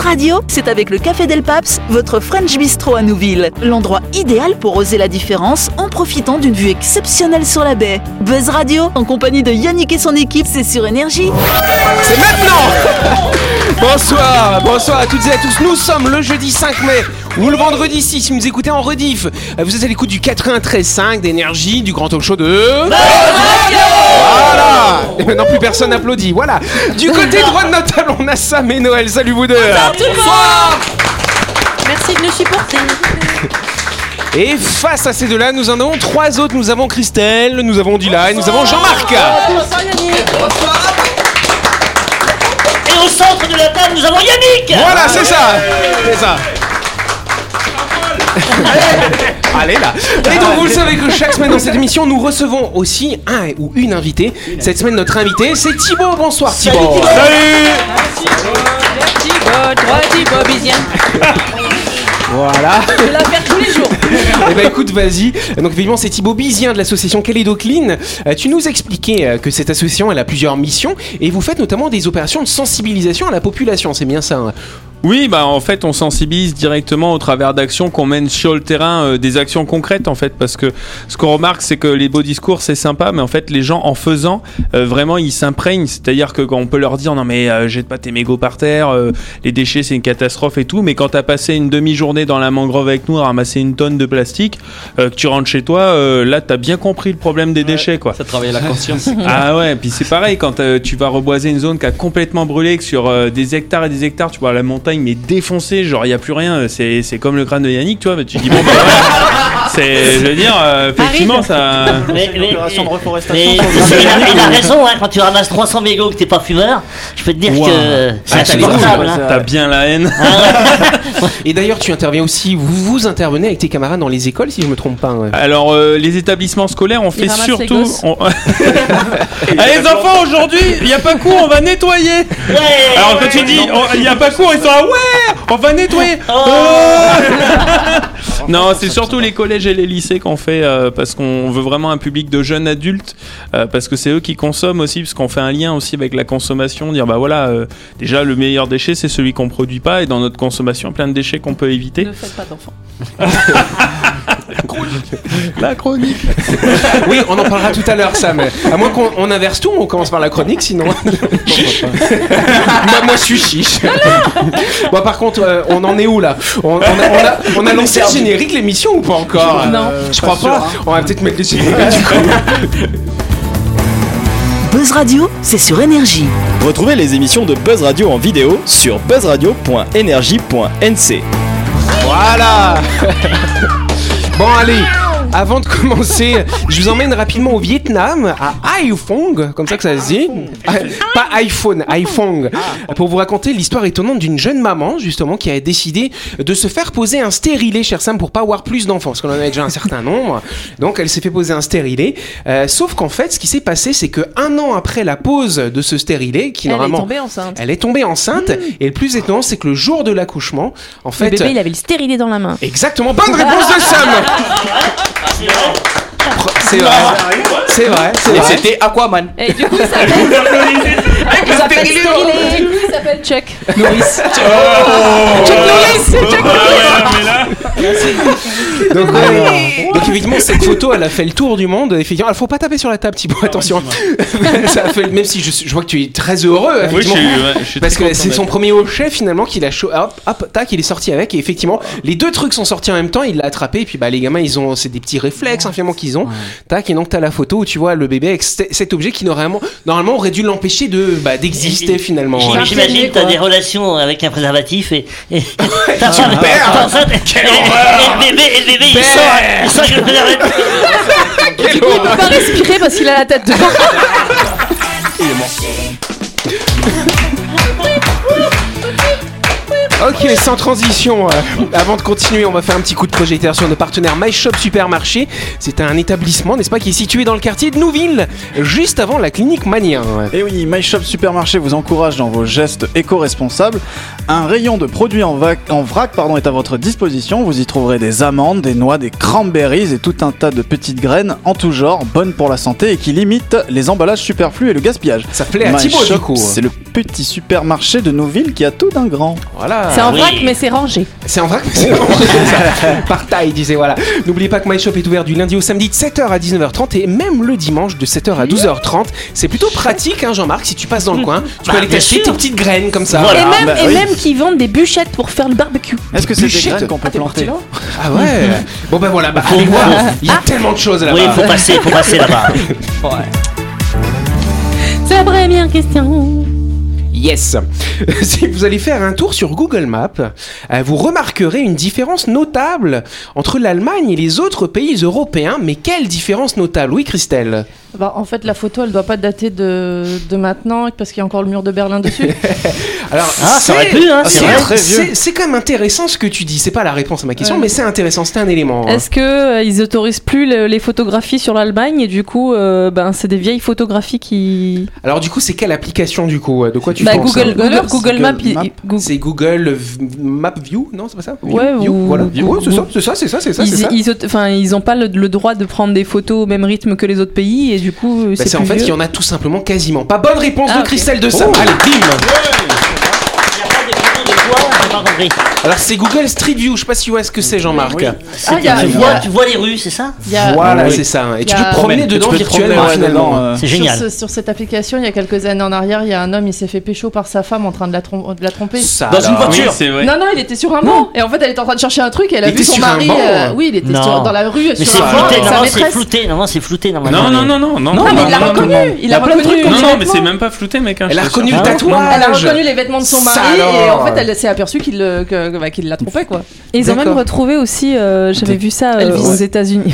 Radio, c'est avec le Café Del Paps, votre French Bistro à Nouville. L'endroit idéal pour oser la différence en profitant d'une vue exceptionnelle sur la baie. Buzz Radio, en compagnie de Yannick et son équipe, c'est sur Énergie. C'est maintenant. Bonsoir à toutes et à tous. Nous sommes le jeudi 5 mai ou le vendredi 6 si vous nous écoutez en rediff. Vous êtes à l'écoute du 93.5 d'Énergie, du grand talk show de Buzz Radio. Voilà. Et maintenant plus personne n'applaudit. Voilà. Du côté droit de notre table, on a Sam et Noël. Salut vous deux. Bonsoir. Merci de nous supporter. Et face à ces deux-là, nous en avons trois autres. Nous avons Christelle, nous avons Dylan, nous avons Jean-Marc. Bonsoir Yannick. Bonsoir. Et au centre de la table, nous avons Yannick. Voilà, c'est ça. C'est ça. Allez là. Et donc vous le savez que chaque semaine dans cette émission nous recevons aussi un ou une invitée. Cette semaine notre invité c'est Thibaut. Bonsoir Thibaut. Salut Thibaut Bizien. Voilà. Je vais la faire tous les jours. Eh ben écoute, vas-y. Donc évidemment c'est Thibaut Bizien de l'association Calédocline. Tu nous expliquais que cette association elle a plusieurs missions et vous faites notamment des opérations de sensibilisation à la population. C'est bien ça hein? Oui, en fait, on sensibilise directement au travers d'actions qu'on mène sur le terrain, des actions concrètes en fait, parce que ce qu'on remarque, c'est que les beaux discours, c'est sympa, mais en fait, les gens en faisant, vraiment, ils s'imprègnent. C'est-à-dire que quand on peut leur dire, non mais jette pas tes mégots par terre, les déchets, c'est une catastrophe et tout, mais quand t'as passé une demi-journée dans la mangrove avec nous à ramasser une tonne de plastique, que tu rentres chez toi, là, t'as bien compris le problème des déchets, quoi. Ça travaille la conscience. Ah ouais, puis c'est pareil quand tu vas reboiser une zone qui a complètement brûlé, que sur des hectares et des hectares, tu vois la montagne mais défoncé, genre il y a plus rien, c'est comme le crâne de Yannick, tu vois, mais tu dis bon bah ouais, c'est, je veux dire, effectivement ça. Opération de reforestation. Mais il a raison, hein, quand tu ramasses 300 mégots que t'es pas fumeur, je peux te dire que c'est insupportable. Hein. T'as bien la haine. Et d'ailleurs tu interviens aussi, vous intervenez avec tes camarades dans les écoles si je me trompe pas. Ouais. Alors les établissements scolaires, on fait surtout. Allez les enfants, aujourd'hui, il y a pas cours, on va nettoyer. Ouais, alors quand tu dis il y a pas cours, ils sont là, ouais. On va nettoyer. Non, c'est surtout les collèges et les lycées qu'on fait parce qu'on veut vraiment un public de jeunes adultes parce que c'est eux qui consomment aussi, parce qu'on fait un lien aussi avec la consommation, dire bah voilà, déjà le meilleur déchet c'est celui qu'on produit pas, et dans notre consommation plein de déchets qu'on peut éviter. Ne faites pas d'enfants. La chronique. Oui, on en parlera tout à l'heure, Sam. À moins qu'on inverse tout, on commence par la chronique, sinon. moi, je suis chiche. Bon, par contre, on en est où là? On a lancé le générique, l'émission ou pas encore? Non. Je crois pas. On va peut-être mettre le générique du coup. Buzz Radio, c'est sur Énergie. Retrouvez les émissions de Buzz Radio en vidéo sur buzzradio.energie.nc. Voilà. Bon, allez. Avant de commencer, je vous emmène rapidement au Vietnam, à Hai Phong, comme ça que ça se dit. Pas iPhone, Hai Phong. Pour vous raconter l'histoire étonnante d'une jeune maman, justement, qui a décidé de se faire poser un stérilet, cher Sam, pour pas avoir plus d'enfants, parce qu'on en avait déjà un certain nombre. Donc, elle s'est fait poser un stérilet. Sauf qu'en fait, ce qui s'est passé, c'est que 1 an après la pose de ce stérilet, qui normalement... Elle est tombée enceinte. Elle est tombée enceinte. Et le plus étonnant, c'est que le jour de l'accouchement, en fait... Le bébé, il avait le stérilet dans la main. Exactement. Bonne réponse de Sam. C'est vrai. C'est vrai. Et c'était Aquaman. Et du coup, il s'appelle stérilet. Du coup, il s'appelle Chuck Norris. Chuck Norris. Donc évidemment cette photo elle a fait le tour du monde. Effectivement, il faut pas taper sur la table, Thibaut, attention. Ça a fait, même si je vois que tu es très heureux, effectivement, je suis parce que c'est son premier hochet finalement qu'il a hop tac, il est sorti avec, et effectivement les deux trucs sont sortis en même temps, il l'a attrapé, et puis bah les gamins ils ont, c'est des petits réflexes finalement qu'ils ont, tac, et donc t'as la photo où tu vois le bébé avec cet objet qui normalement aurait dû l'empêcher d'exister finalement. J'imagine que t'as des relations avec un préservatif et ta femme Quelle et le bébé il sort avec le préservatif. Du coup, il peut pas respirer parce qu'il a la tête dedans. Il est mort. Ok, sans transition, avant de continuer, on va faire un petit coup de projecteur sur nos partenaires My Shop Supermarché. C'est un établissement, n'est-ce pas, qui est situé dans le quartier de Nouville, juste avant la clinique Manien. Et oui, My Shop Supermarché vous encourage dans vos gestes éco-responsables. Un rayon de produits en vrac est à votre disposition. Vous y trouverez des amandes, des noix, des cranberries et tout un tas de petites graines en tout genre, bonnes pour la santé et qui limitent les emballages superflus et le gaspillage. Ça plaît à My Thibaut, Shop, du coup. C'est le petit supermarché de Nouville qui a tout d'un grand. Voilà. C'est en oui. vrac, mais c'est rangé. C'est en vrac, mais c'est rangé, ça. Par taille, disait voilà. N'oubliez pas que MyShop est ouvert du lundi au samedi de 7h à 19h30 et même le dimanche de 7h à 12h30. C'est plutôt pratique, hein, Jean-Marc, si tu passes dans le coin. Tu peux aller bien t'acheter sûr. tes petites graines comme ça. Voilà. Et oui. même qu'ils vendent des bûchettes pour faire le barbecue. Est-ce que c'est des Bûchette. graines qu'on peut planter? Ah ouais. Bon ben voilà, allez voir. Il y a tellement de choses là-bas. Oui, il faut passer là-bas. C'est la première question. Yes. Si vous allez faire un tour sur Google Maps, vous remarquerez une différence notable entre l'Allemagne et les autres pays européens. Mais quelle différence notable? Oui, Christelle. Bah, en fait, la photo, elle doit pas dater de maintenant parce qu'il y a encore le mur de Berlin dessus. Alors, Ça aurait pu, hein, c'est vrai. c'est quand même intéressant ce que tu dis. C'est pas la réponse à ma question, Ouais. mais c'est intéressant. C'est un élément. Hein. Est-ce que ils autorisent plus les photographies sur l'Allemagne et du coup, c'est des vieilles photographies qui. Alors du coup, c'est quelle application du coup? De quoi tu Bah, penses? Google Maps. Google Maps. C'est Google Map View, non, c'est pas ça? Ouais, View, ou- voilà. View. Ouais, c'est ça. Ils ont pas le droit de prendre des photos au même rythme que les autres pays et du coup, Bah, c'est en plus fait vieux. qu'il y en a tout simplement quasiment pas. Bonne réponse de ok. Christelle de Sam. Oh. Allez, bim. Il n'y a pas des photos de quoi? J'ai pas compris. Alors c'est Google Street View. Je sais pas si tu vois ce que c'est, Jean-Marc. Ah, y a- Tu vois les rues, c'est ça? Il y a- Voilà, Oui. c'est ça. Et Y tu a- peux te promener Tu dedans peux te promener, virtuellement ouais, finalement. dedans, C'est génial. Sur cette application, il y a quelques années en arrière, il y a un homme, il s'est fait pécho par sa femme en train de la tromper. Ça, Dans une alors. voiture. Oui, c'est vrai. Non, il était sur un banc. Et en fait, elle était en train de chercher un truc et elle a Il vu était son sur un mari. banc. Oui, il était Non. dans la rue Mais sur c'est un banc flouté, avec sa normalement c'est maîtresse. flouté, normalement c'est flouté normalement. Non. Non, mais il l'a reconnu. Il a plein de reconnu. trucs comme Non, ça. non, mais c'est même pas flouté, mec. Elle a reconnu le Ah ouais. tatouage. Elle a reconnu les vêtements de son Ça alors. Et en alors. fait, elle s'est aperçue qu'il l'a trompé, quoi. Et ils ont même D'accord. retrouvé aussi, j'avais vu ça Elvis. aux États-Unis.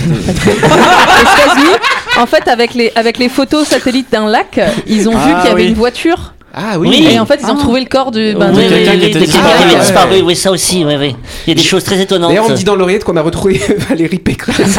Aux États-Unis, en fait, avec les photos satellites d'un lac, ils ont vu qu'il y avait oui. une voiture. Ah oui. Oui. Et en fait, ils ont trouvé le corps de. Oui, de- oui, quelqu'un oui, qui était de quelqu'un qui avait disparu. disparu, oui, ça aussi, oui. Il y a des choses très étonnantes. D'ailleurs, on me dit dans l'oreillette qu'on a retrouvé Valérie Pécresse.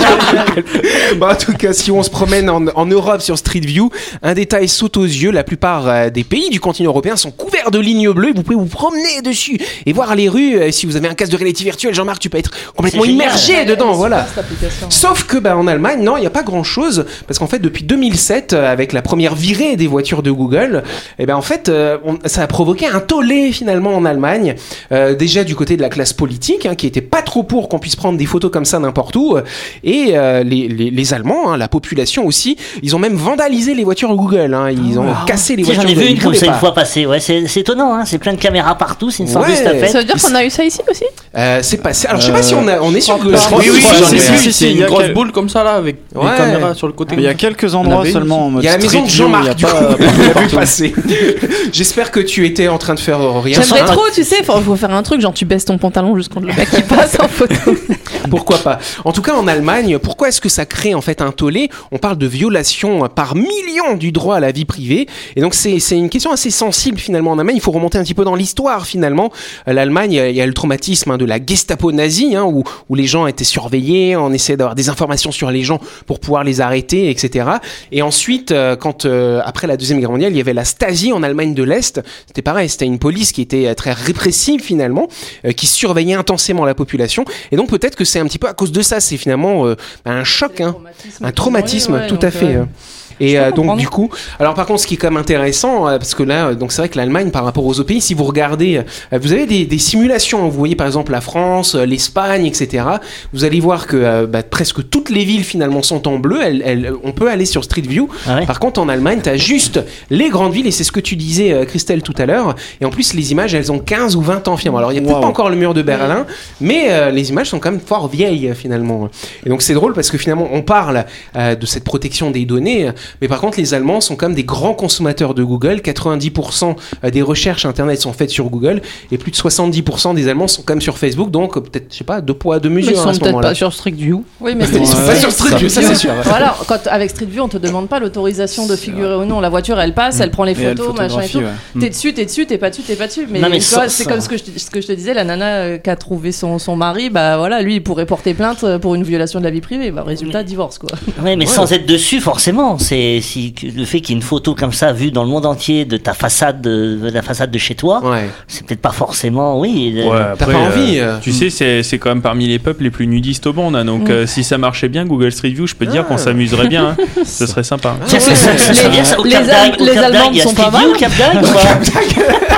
Bon, en tout cas, si on se promène en Europe sur Street View, un détail saute aux yeux. La plupart des pays du continent européen sont couverts de lignes bleues et vous pouvez vous promener dessus et voir les rues. Si vous avez un casque de réalité virtuelle, Jean-Marc, tu peux être complètement C'est génial. immergé dedans. Voilà. Cette application. Sauf que en Allemagne, non, il n'y a pas grand-chose parce qu'en fait, depuis 2007, avec la première virée des voitures de Google, en fait, ça a provoqué un tollé finalement en Allemagne. Déjà du côté de la classe politique, qui était pas trop pour qu'on puisse prendre des photos comme ça n'importe où, et les Allemands, la population aussi, ils ont même vandalisé les voitures Google. Ils ont cassé les Tiens, voitures. j'en ai vu de une comme Google. ça une fois passée, ouais, c'est étonnant, hein, c'est plein de caméras partout, c'est une sorte Ouais. de stafette. Ça veut dire qu'on a eu ça ici aussi? C'est passé. Alors je sais pas si on est sur. Oui, oui, si, j'en ai si, vu. si, C'est il y une a grosse quel- boule comme ça là avec Ouais. des caméras sur le côté. Il y a quelques endroits avait une seulement en mode Il y a la maison de Street View, Jean-Marc, il y a du pas- coup, pas on l'a vu partout. passer. J'espère que tu étais en train de faire rien. J'aimerais trop, tu sais, faut faire un truc, genre tu baisses ton pantalon juste contre le mec qui passe en photo. Pourquoi pas? En tout cas, en Allemagne, pourquoi est-ce que ça crée en fait un tollé? On parle de violation par millions du droit à la vie privée. Et donc, c'est une question assez sensible finalement en Allemagne. Il faut remonter un petit peu dans l'histoire finalement. L'Allemagne, il y a le traumatisme de la Gestapo nazie, où les gens étaient surveillés, on essayait d'avoir des informations sur les gens pour pouvoir les arrêter, etc. Et ensuite, après la Deuxième Guerre mondiale, il y avait la Stasi en Allemagne de l'Est. C'était pareil, c'était une police qui était très répressive finalement, qui surveillait intensément la population. Et donc peut-être que c'est un petit peu à cause de ça, c'est finalement un choc, un traumatisme, tout à fait. Et donc du coup, alors par contre, ce qui est quand même intéressant, parce que là, donc c'est vrai que l'Allemagne par rapport aux autres pays, si vous regardez, vous avez des simulations. Vous voyez par exemple la France, l'Espagne, etc. Vous allez voir que presque toutes les villes finalement sont en bleu. On peut aller sur Street View. Ah ouais. Par contre, en Allemagne, t'as juste les grandes villes, et c'est ce que tu disais, Christelle, tout à l'heure. Et en plus, les images, elles ont 15 ou 20 ans finalement. Alors, il y a peut-être pas encore le mur de Berlin, mais les images sont quand même fort vieilles finalement. Et donc, c'est drôle parce que finalement, on parle de cette protection des données. Mais par contre, les Allemands sont quand même des grands consommateurs de Google. 90% des recherches Internet sont faites sur Google et plus de 70% des Allemands sont quand même sur Facebook. Donc, peut-être, je sais pas, deux poids, deux Mais mesures ils à sont ce peut-être moment-là. pas sur Street View. Oui, mais Ils sont pas sur Street View, ça c'est sûr. Voilà, avec Street View, on te demande pas l'autorisation de figurer ou non. La voiture, elle passe, elle prend les Et elle photos, machin et photographie, tout. T'es dessus, t'es pas dessus, t'es pas dessus. Mais, Non, mais tu vois, ça- c'est ça- comme ce que je te disais, la nana qui a trouvé son mari, voilà, lui, il pourrait porter plainte pour une violation de la vie privée. Résultat, divorce, quoi. Ouais, mais sans être dessus, forcément. C'est le fait qu'il y ait une photo comme ça vue dans le monde entier de ta façade, de la façade de chez toi. Ouais. C'est peut-être pas forcément, oui. T'as pas envie Tu sais, c'est quand même parmi les peuples les plus nudistes au monde. Donc, si ça marchait bien, Google Street View, je peux te dire qu'on s'amuserait bien. Ce serait sympa. Tiens, ça serait bien ça au les Cap d'Agde. les Au Cap Allemands d'Agde, il y a sont Street pas View mal. au Cap d'Agde ou pas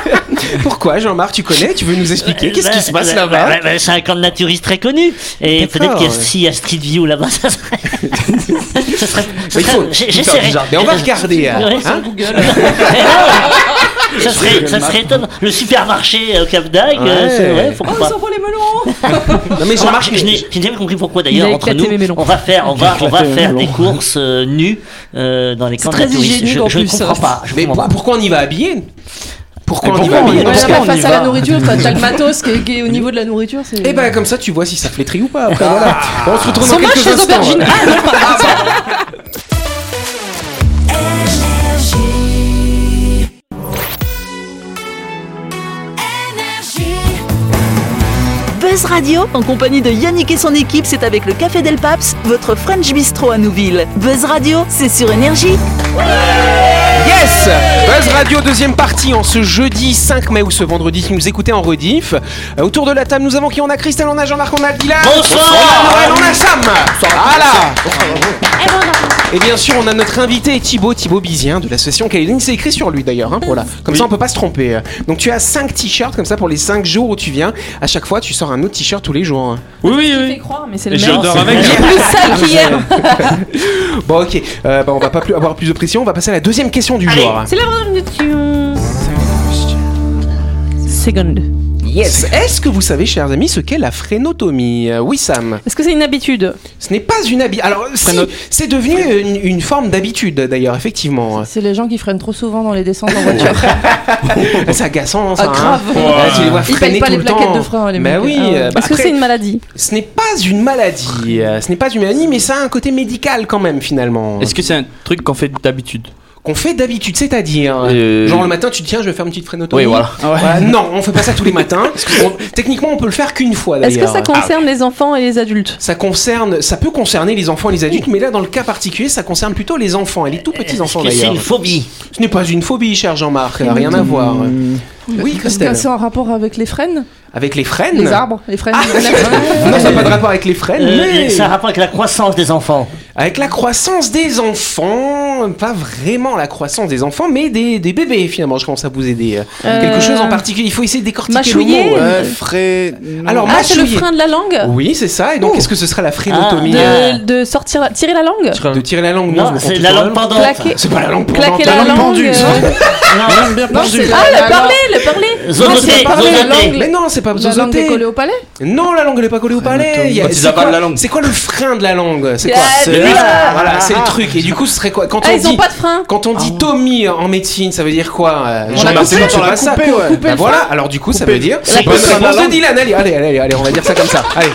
Pourquoi, Jean-Marc, tu connais? Tu veux nous expliquer? Qu'est-ce qui se passe là-bas? C'est un camp de naturistes très connu. Et peut-être qu'il y a s'il y a Street View là-bas, ça serait. Il faut J'essaierai. Mais on va regarder. Hein? Ça serait étonnant. Le supermarché au Cap d'Agde, c'est vrai, pourquoi pas. Ça prend les melons. Non mais Jean-Marc, Je n'ai jamais compris pourquoi Il d'ailleurs a entre éclaté nous mes melons. on va faire des courses nues dans les camps de très naturistes. hygiénique, en Je ne plus. comprends pas. Je mais comprends pas. pourquoi on y va habillé? Pourquoi on y pourquoi va on y habillé? va Parce que- Parce on y face à la va. nourriture, t'as le matos qui est au niveau de la nourriture. Et ben comme ça tu vois si ça flétrit ou pas. Après, voilà. Bon, on se retrouve dans Sont moches quelques les instants. aubergines. Buzz Radio, en compagnie de Yannick et son équipe, c'est avec le Café Del Paps, votre French Bistro à Nouville. Buzz Radio, c'est sur Énergie. Yes! Buzz Radio, deuxième partie en ce jeudi 5 mai ou ce vendredi si nous écoutez en rediff. Autour de la table, nous avons qui? On a Christelle, on a Jean-Marc, on a Dylan. Bonsoir. On a Noël, on a Sam. Voilà. Et bien sûr, on a notre invité Thibaut Bizien de l'association Calédonie. C'est écrit sur lui d'ailleurs. Hein, voilà. Comme ça, on peut pas se tromper. Donc tu as 5 t-shirts comme ça pour les 5 jours où tu viens. À chaque fois, tu sors un autre t-shirt tous les jours. Oui. Tu fais croire, mais c'est le Et je même. dors avec. Il est plus sale qu'hier. Bon, ok. On va pas avoir plus de pression. On va passer à la deuxième question du jour. C'est la vraie question. Seconde. Yes. Est-ce que vous savez, chers amis, ce qu'est la frénotomie? Oui, Sam. Est-ce que c'est une habitude? Ce n'est pas une habitude. Alors, si, c'est devenu une forme d'habitude, d'ailleurs, effectivement. C'est les gens qui freinent trop souvent dans les descentes en voiture. C'est agaçant, ça. Ah, grave. Hein. Tu les vois Ils freiner payent pas tout les le plaquettes temps. de frein, les Bah mecs. oui. Ah ouais. Bah Est-ce que après, c'est une maladie? ce n'est pas une maladie. Ce n'est pas une maladie, mais ça a un côté médical quand même, finalement. Est-ce que c'est un truc qu'on fait d'habitude? Qu'on fait d'habitude, c'est-à-dire genre le matin tu te tiens je vais faire une petite frénotomie. Oui, voilà. Non, on fait pas ça tous les matins. Techniquement on peut le faire qu'une fois d'ailleurs. Est-ce que ça concerne les enfants et les adultes? Ça peut concerner les enfants et les adultes, mais là dans le cas particulier ça concerne plutôt les enfants et les tout petits enfants Est-ce que c'est d'ailleurs. une phobie? Ce n'est pas une phobie, cher Jean-Marc, rien à voir. Oui, Est-ce Christelle. que c'est en rapport avec les frênes? Avec les frênes. Les arbres? Les frênes? Non, ça n'a pas de rapport avec les frênes, mais Ça a rapport avec la croissance des enfants. avec la croissance des enfants, pas vraiment la croissance des enfants, mais des bébés finalement. Je commence à vous aider. Quelque chose en particulier. Il faut essayer de décortiquer Mâchouiller. le mot. Alors, Ah, c'est le mâchouiller. frein de la langue? Oui, c'est ça. Et donc, qu'est-ce que ce serait la frénotomie? De sortir, tirer la langue? De tirer la langue? Non, je me c'est compte la tout langue seul. pendante. Claquer. C'est pas la langue pendante. Claquer la langue. pendue. Non, c'est le parler. Zozoter, pas vrai, la zozoter. langue. Mais non, c'est pas La langue zozoter. est collée au palais? Non, la langue elle est pas collée au palais. Il y a- Quand ils c'est avalent quoi- la langue. C'est quoi le frein de la langue? C'est quoi? C'est Voilà, c'est le truc. Et du coup, ce serait quoi? Quand Ah, on ils ont dit pas de frein. Quand on dit Tommy en médecine, ça veut dire quoi? l'a c'est coupé, pas on l'a ça. coupé, ouais. Bah voilà, alors du coup, ça veut dire. C'est Bonne quoi, réponse la de Dylan. Allez, on va dire ça comme ça. Allez.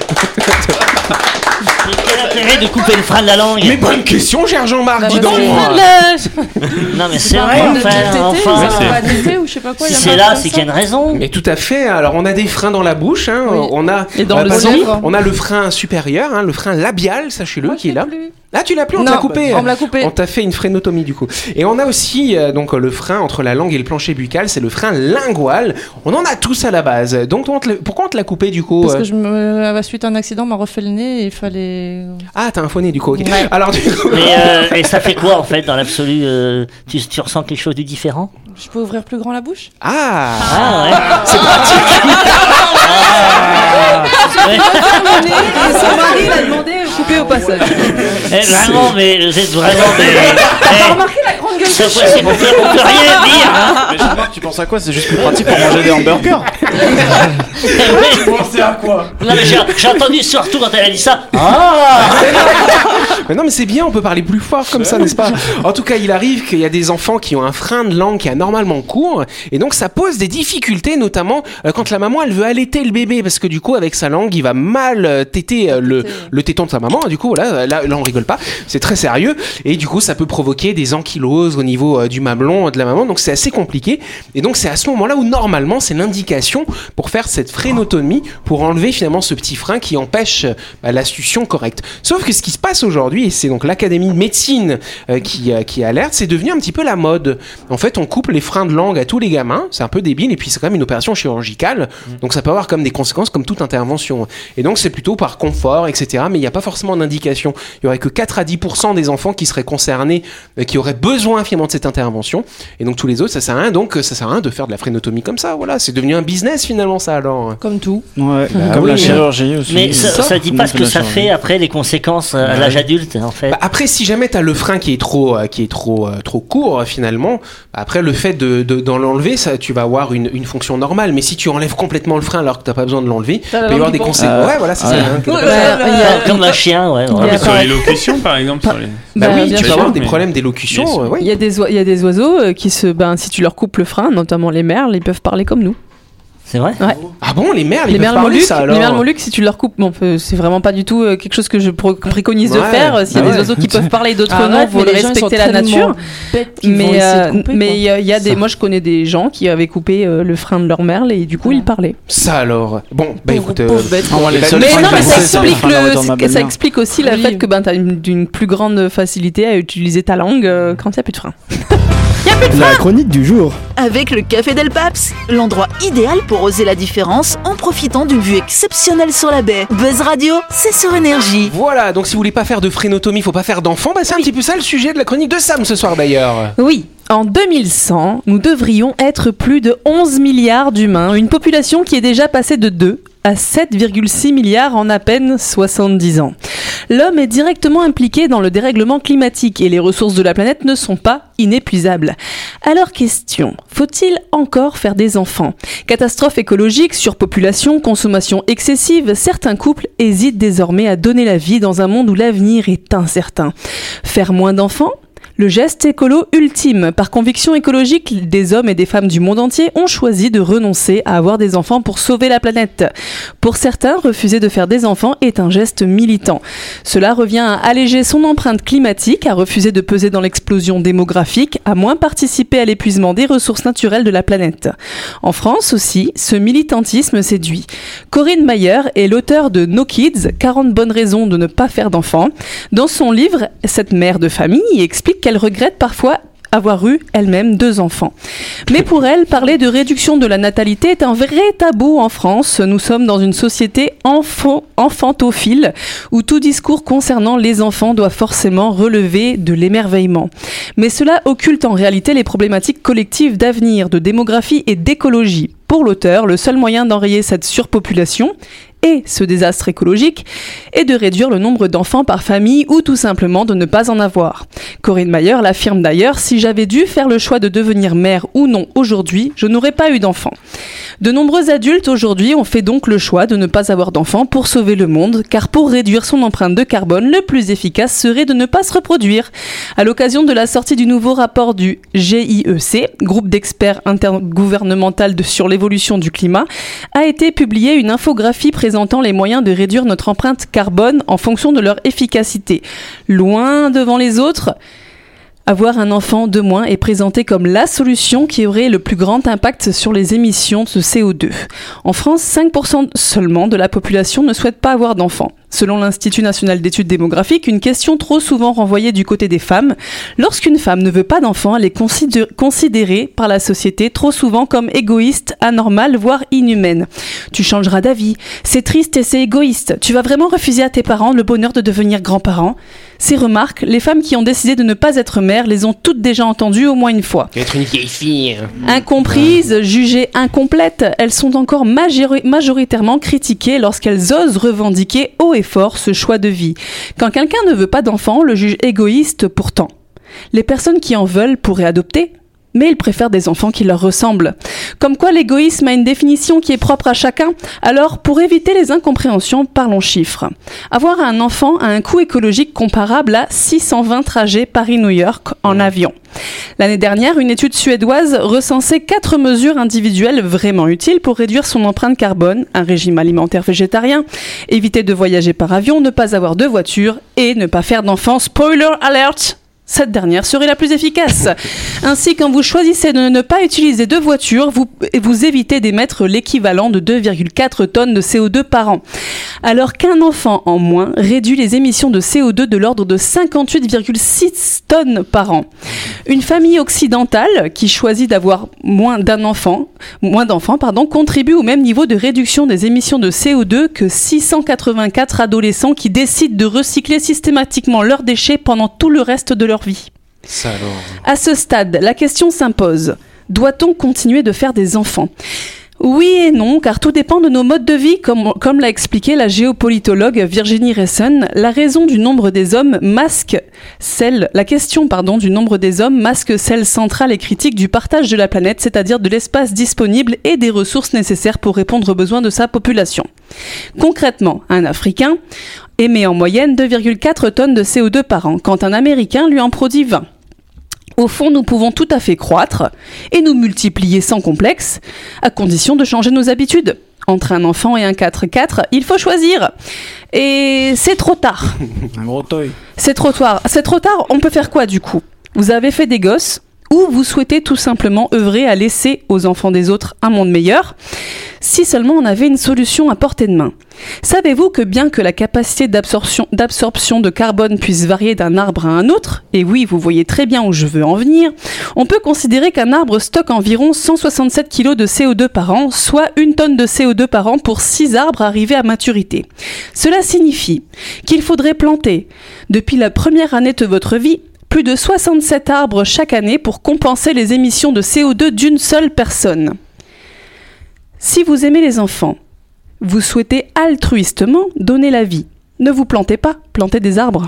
Quel intérêt de couper le frein de la langue? Mais bonne question, cher Jean-Marc, Bah, dis bah, donc. Non mais c'est pas vrai, un enfin, enfin, c'est- pas d'été ou je sais pas quoi. si il y a c'est pas là, comme c'est ça. qu'il y a une raison. Mais tout à fait. Alors, on a des freins dans la bouche. Hein. Oui. On a, Et dans le par exemple, lèvre. on a le frein supérieur, hein, le frein labial, sachez-le, Moi, qui est je là. l'ai plus. Ah, tu l'as plus, on te Non, l'a coupé. on me l'a coupé. On t'a fait une frénotomie du coup. Et on a aussi donc le frein entre la langue et le plancher buccal, c'est le frein lingual. On en a tous à la base. Donc pourquoi on te l'a coupé du coup? Parce que suite à un accident, on m'a refait le nez et il fallait. Ah, t'as un faux nez du coup. Ok. Ouais. Alors du coup. Mais et ça fait quoi en fait dans l'absolu tu ressens quelque chose de différent? Je peux ouvrir plus grand la bouche? Ah. Ah ouais. C'est pratique. Ouais. Et son mari l'a demandé couper au passage. Vraiment, mais vous êtes vraiment T'as remarqué la grande gueule c'est que possible, on peut rien dire. Hein. Mais Jean-Marc, tu penses à quoi? C'est juste plus pratique pour manger des hamburgers. Pensez à quoi? Non mais j'ai entendu surtout quand elle a dit ça. Ah. Mais non, mais c'est bien, on peut parler plus fort comme ça, n'est-ce pas? En tout cas, il arrive qu'il y a des enfants qui ont un frein de langue qui est anormalement court, et donc ça pose des difficultés, notamment quand la maman elle veut allaiter le bébé, parce que du coup, avec sa langue, il va mal téter le téton de sa maman. Du coup, là, on rigole pas, c'est très sérieux, et du coup, ça peut provoquer des ankyloses au niveau du mamelon de la maman, donc c'est assez compliqué. Et donc, c'est à ce moment-là où normalement, c'est l'indication pour faire cette frénotomie, pour enlever finalement ce petit frein qui empêche la succion correcte. Sauf que ce qui se passe aujourd'hui, et c'est donc l'Académie de médecine qui alerte, c'est devenu un petit peu la mode. En fait, on coupe les freins de langue à tous les gamins, c'est un peu débile, et puis c'est quand même une opération chirurgicale, donc ça peut avoir comme des conséquences comme toute intervention. Et donc c'est plutôt par confort, etc. Mais il n'y a pas forcément d'indication. Il y aurait que 4 à 10% des enfants qui seraient concernés, qui auraient besoin rien finalement de cette intervention. Et donc tous les autres, ça sert à rien. Donc ça sert à rien de faire de la frénotomie comme ça. Voilà, c'est devenu un business finalement ça alors. Comme tout. Ouais, Bah comme oui, la mais- chirurgie aussi. Mais ça dit pas ce que ça fait après les conséquences à l'âge adulte en fait. Bah, après, si jamais t'as le frein qui est trop court finalement, bah, après le fait d'en l'enlever, ça, tu vas avoir une fonction normale. Mais si tu enlèves complètement le frein alors que t'as pas besoin de l'enlever, il peut y avoir des conséquences. Ouais, voilà, c'est ça. hein, que- Comme un chien, ouais. Il y a Mais sur pas- l'élocution, par exemple. Sur les... Bah oui, bien tu peux sûr. avoir des mais- problèmes d'élocution. Bien sûr. Ouais. Il y a des oiseaux qui si tu leur coupes le frein, notamment les merles, ils peuvent parler comme nous. C'est vrai. Ouais. Ah bon, les merles, ils Les peuvent merles parler molluques, ça alors. les merles molluques, si tu leur coupes, bon, c'est vraiment pas du tout quelque chose que je préconise de Ouais. faire. S'il y a Ah des ouais. oiseaux qui peuvent parler, d'autres non, Arrête, faut mais les gens, ils respecter sont la nature. bêtes qu'ils vont essayer de couper, Mais quoi. il y a des, moi je connais des gens qui avaient coupé le frein de leur merle et du coup ils parlaient. Ça alors. Bon, bah écoute. Pauvre bête. Ah, moi, les bah, seuls mais freins Mais non, que mais je ça sais, c'est le explique, frein de la voiture de ma ça belle-mère. explique aussi le Oui. fait que tu as une plus grande facilité à utiliser ta langue quand il n'y a plus de frein. La chronique du jour. Avec le Café Del Paps, l'endroit idéal pour oser la différence en profitant d'une vue exceptionnelle sur la baie. Buzz Radio, c'est sur Énergie. Voilà, donc si vous voulez pas faire de frénotomie, faut pas faire d'enfants, bah c'est un petit peu ça le sujet de la chronique de Sam ce soir d'ailleurs. Oui, en 2100, nous devrions être plus de 11 milliards d'humains, une population qui est déjà passée de 2 à 7,6 milliards en à peine 70 ans. L'homme est directement impliqué dans le dérèglement climatique et les ressources de la planète ne sont pas inépuisables. Alors question, faut-il encore faire des enfants ? Catastrophe écologique, surpopulation, consommation excessive, certains couples hésitent désormais à donner la vie dans un monde où l'avenir est incertain. Faire moins d'enfants ? Le geste écolo ultime. Par conviction écologique, des hommes et des femmes du monde entier ont choisi de renoncer à avoir des enfants pour sauver la planète. Pour certains, refuser de faire des enfants est un geste militant. Cela revient à alléger son empreinte climatique, à refuser de peser dans l'explosion démographique, à moins participer à l'épuisement des ressources naturelles de la planète. En France aussi, ce militantisme séduit. Corinne Mayer est l'auteure de No Kids, 40 bonnes raisons de ne pas faire d'enfants. Dans son livre, cette mère de famille explique qu'elle regrette parfois avoir eu elle-même 2 enfants. Mais pour elle, parler de réduction de la natalité est un vrai tabou en France. Nous sommes dans une société enfantophile où tout discours concernant les enfants doit forcément relever de l'émerveillement. Mais cela occulte en réalité les problématiques collectives d'avenir, de démographie et d'écologie. Pour l'auteur, le seul moyen d'enrayer cette surpopulation et ce désastre écologique est de réduire le nombre d'enfants par famille ou tout simplement de ne pas en avoir. Corinne Mayer l'affirme d'ailleurs, si j'avais dû faire le choix de devenir mère ou non aujourd'hui, je n'aurais pas eu d'enfants. De nombreux adultes aujourd'hui ont fait donc le choix de ne pas avoir d'enfants pour sauver le monde, car pour réduire son empreinte de carbone, le plus efficace serait de ne pas se reproduire. À l'occasion de la sortie du nouveau rapport du GIEC, groupe d'experts intergouvernemental sur l'évolution du climat, a été publiée une infographie présentant les moyens de réduire notre empreinte carbone en fonction de leur efficacité. Loin devant les autres, avoir un enfant de moins est présenté comme la solution qui aurait le plus grand impact sur les émissions de CO2. En France, 5% seulement de la population ne souhaite pas avoir d'enfants. Selon l'Institut national d'études démographiques, une question trop souvent renvoyée du côté des femmes. Lorsqu'une femme ne veut pas d'enfants, elle est considérée par la société trop souvent comme égoïste, anormale, voire inhumaine. Tu changeras d'avis. C'est triste et c'est égoïste. Tu vas vraiment refuser à tes parents le bonheur de devenir grands-parents ? Ces remarques, les femmes qui ont décidé de ne pas être mères les ont toutes déjà entendues au moins une fois. Être une vieille fille. Incomprises, jugées incomplètes, elles sont encore majoritairement critiquées lorsqu'elles osent revendiquer haut et fort ce choix de vie. Quand quelqu'un ne veut pas d'enfant, on le juge égoïste pourtant. Les personnes qui en veulent pourraient adopter, mais ils préfèrent des enfants qui leur ressemblent. Comme quoi l'égoïsme a une définition qui est propre à chacun, alors pour éviter les incompréhensions, parlons chiffres. Avoir un enfant a un coût écologique comparable à 620 trajets Paris-New York en avion. L'année dernière, une étude suédoise recensait 4 mesures individuelles vraiment utiles pour réduire son empreinte carbone, un régime alimentaire végétarien, éviter de voyager par avion, ne pas avoir de voiture et ne pas faire d'enfants. Spoiler alert! Cette dernière serait la plus efficace. Ainsi, quand vous choisissez de ne pas utiliser de voiture, vous évitez d'émettre l'équivalent de 2,4 tonnes de CO2 par an. Alors qu'un enfant en moins réduit les émissions de CO2 de l'ordre de 58,6 tonnes par an. Une famille occidentale qui choisit d'avoir moins d'enfants, contribue au même niveau de réduction des émissions de CO2 que 684 adolescents qui décident de recycler systématiquement leurs déchets pendant tout le reste de leur vie. Ça alors. À ce stade, la question s'impose. Doit-on continuer de faire des enfants ? Oui et non, car tout dépend de nos modes de vie, comme l'a expliqué la géopolitologue Virginie Resson. La question du nombre des hommes masque celle centrale et critique du partage de la planète, c'est-à-dire de l'espace disponible et des ressources nécessaires pour répondre aux besoins de sa population. Concrètement, un Africain émet en moyenne 2,4 tonnes de CO2 par an, quand un Américain lui en produit 20. Au fond, nous pouvons tout à fait croître et nous multiplier sans complexe, à condition de changer nos habitudes. Entre un enfant et un 4x4, il faut choisir. Et c'est trop tard. Un gros toy. C'est trop tard. On peut faire quoi du coup ? Vous avez fait des gosses ou vous souhaitez tout simplement œuvrer à laisser aux enfants des autres un monde meilleur ? Si seulement on avait une solution à portée de main. Savez-vous que bien que la capacité d'absorption de carbone puisse varier d'un arbre à un autre, et oui, vous voyez très bien où je veux en venir, on peut considérer qu'un arbre stocke environ 167 kg de CO2 par an, soit 1 tonne de CO2 par an pour 6 arbres arrivés à maturité. Cela signifie qu'il faudrait planter, depuis la première année de votre vie, plus de 67 arbres chaque année pour compenser les émissions de CO2 d'une seule personne. Si vous aimez les enfants, vous souhaitez altruistement donner la vie. Ne vous plantez pas, plantez des arbres.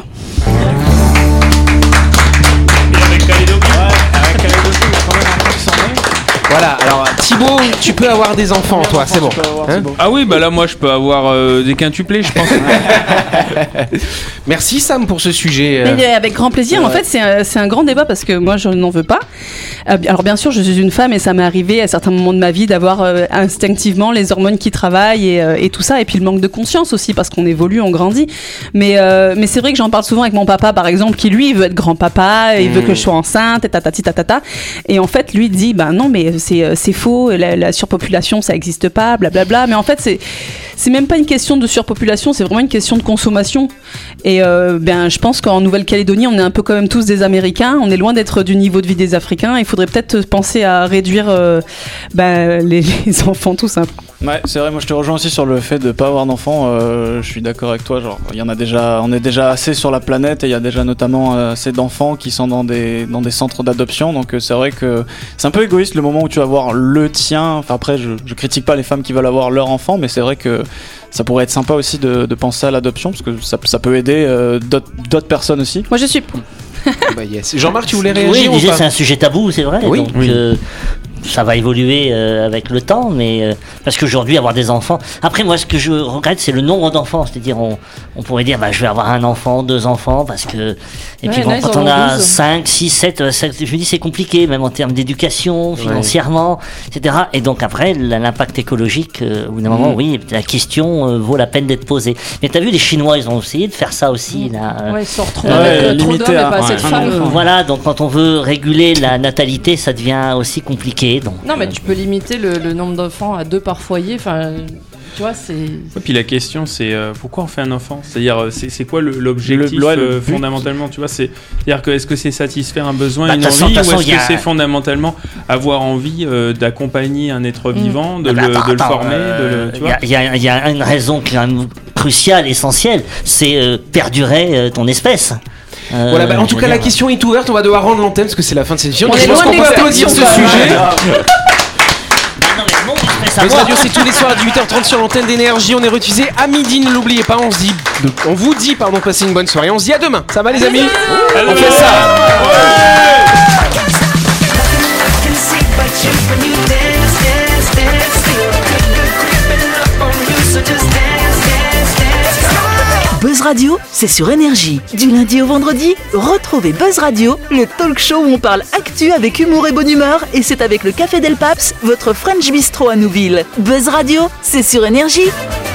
Voilà, alors Thibaut, tu peux avoir des enfants, toi, c'est bon. Hein ? Ah oui, bah là, moi, je peux avoir des quintuplés, je pense. Merci Sam pour ce sujet. Mais avec grand plaisir. En fait, c'est un grand débat parce que moi, je n'en veux pas. Alors bien sûr, je suis une femme et ça m'est arrivé à certains moments de ma vie d'avoir instinctivement les hormones qui travaillent et tout ça. Et puis le manque de conscience aussi parce qu'on évolue, on grandit. Mais c'est vrai que j'en parle souvent avec mon papa, par exemple, qui lui, il veut être grand-papa, il veut que je sois enceinte, et tatati tatata. Et en fait, lui dit, bah non, mais c'est faux, la surpopulation, ça n'existe pas, blablabla. Mais en fait, c'est même pas une question de surpopulation, c'est vraiment une question de consommation. Et je pense qu'en Nouvelle-Calédonie, on est un peu quand même tous des Américains, on est loin d'être du niveau de vie des Africains. Il faudrait peut-être penser à réduire les enfants tout simple. Ouais, c'est vrai, moi je te rejoins aussi sur le fait de pas avoir d'enfants, je suis d'accord avec toi, genre il y en a déjà, on est déjà assez sur la planète et il y a déjà notamment assez d'enfants qui sont dans des centres d'adoption, donc c'est vrai que c'est un peu égoïste le moment où tu vas voir le tien, enfin après je critique pas les femmes qui veulent avoir leur enfant, mais c'est vrai que ça pourrait être sympa aussi de penser à l'adoption, parce que ça peut aider d'autres personnes aussi. Moi je suis pour. Bah yes. Jean-Marc, tu voulais réagir Oui, c'est un sujet tabou, c'est vrai. Oui. Donc, ça va évoluer avec le temps, mais parce qu'aujourd'hui avoir des enfants. Après moi, ce que je regrette, c'est le nombre d'enfants. C'est-à-dire, on pourrait dire, je vais avoir un enfant, 2 enfants, parce que. Et puis bon, quand on a 5, 6, 7, je me dis c'est compliqué, même en termes d'éducation, financièrement, etc. Et donc après, l'impact écologique, au bout d'un moment, oui, la question vaut la peine d'être posée. Mais t'as vu, les Chinois, ils ont essayé de faire ça aussi. Là, ils sortent trop avec trop d'hommes et pas assez de femmes. Voilà, donc quand on veut réguler la natalité, ça devient aussi compliqué. Donc, non, mais tu peux limiter le nombre d'enfants à 2 par foyer. Enfin, tu vois, c'est. Et puis la question, c'est pourquoi on fait un enfant ? C'est-à-dire, c'est quoi l'objectif fondamentalement ? Tu vois, c'est-à-dire que est-ce que c'est satisfaire un besoin, une envie, ou est-ce que c'est fondamentalement avoir envie d'accompagner un être vivant, de le former, tu vois ? Il y a une raison quand même cruciale, essentielle, c'est perdurer ton espèce. Voilà, en tout cas, la question est ouverte. On va devoir rendre l'antenne parce que c'est la fin de cette émission. Je pense qu'on peut applaudir ce sujet. Buzz Radio, c'est tous les soirs à 18h30 sur l'antenne d'Énergie. On est rediffusé à midi, ne l'oubliez pas. On vous dit, passez une bonne soirée. On se dit à demain. Ça va, les amis ? On fait ça. Buzz Radio, c'est sur Énergie. Du lundi au vendredi, retrouvez Buzz Radio, le talk show où on parle actu avec humour et bonne humeur, et c'est avec le Café Del Paps, votre French Bistro à Nouville. Buzz Radio, c'est sur Énergie.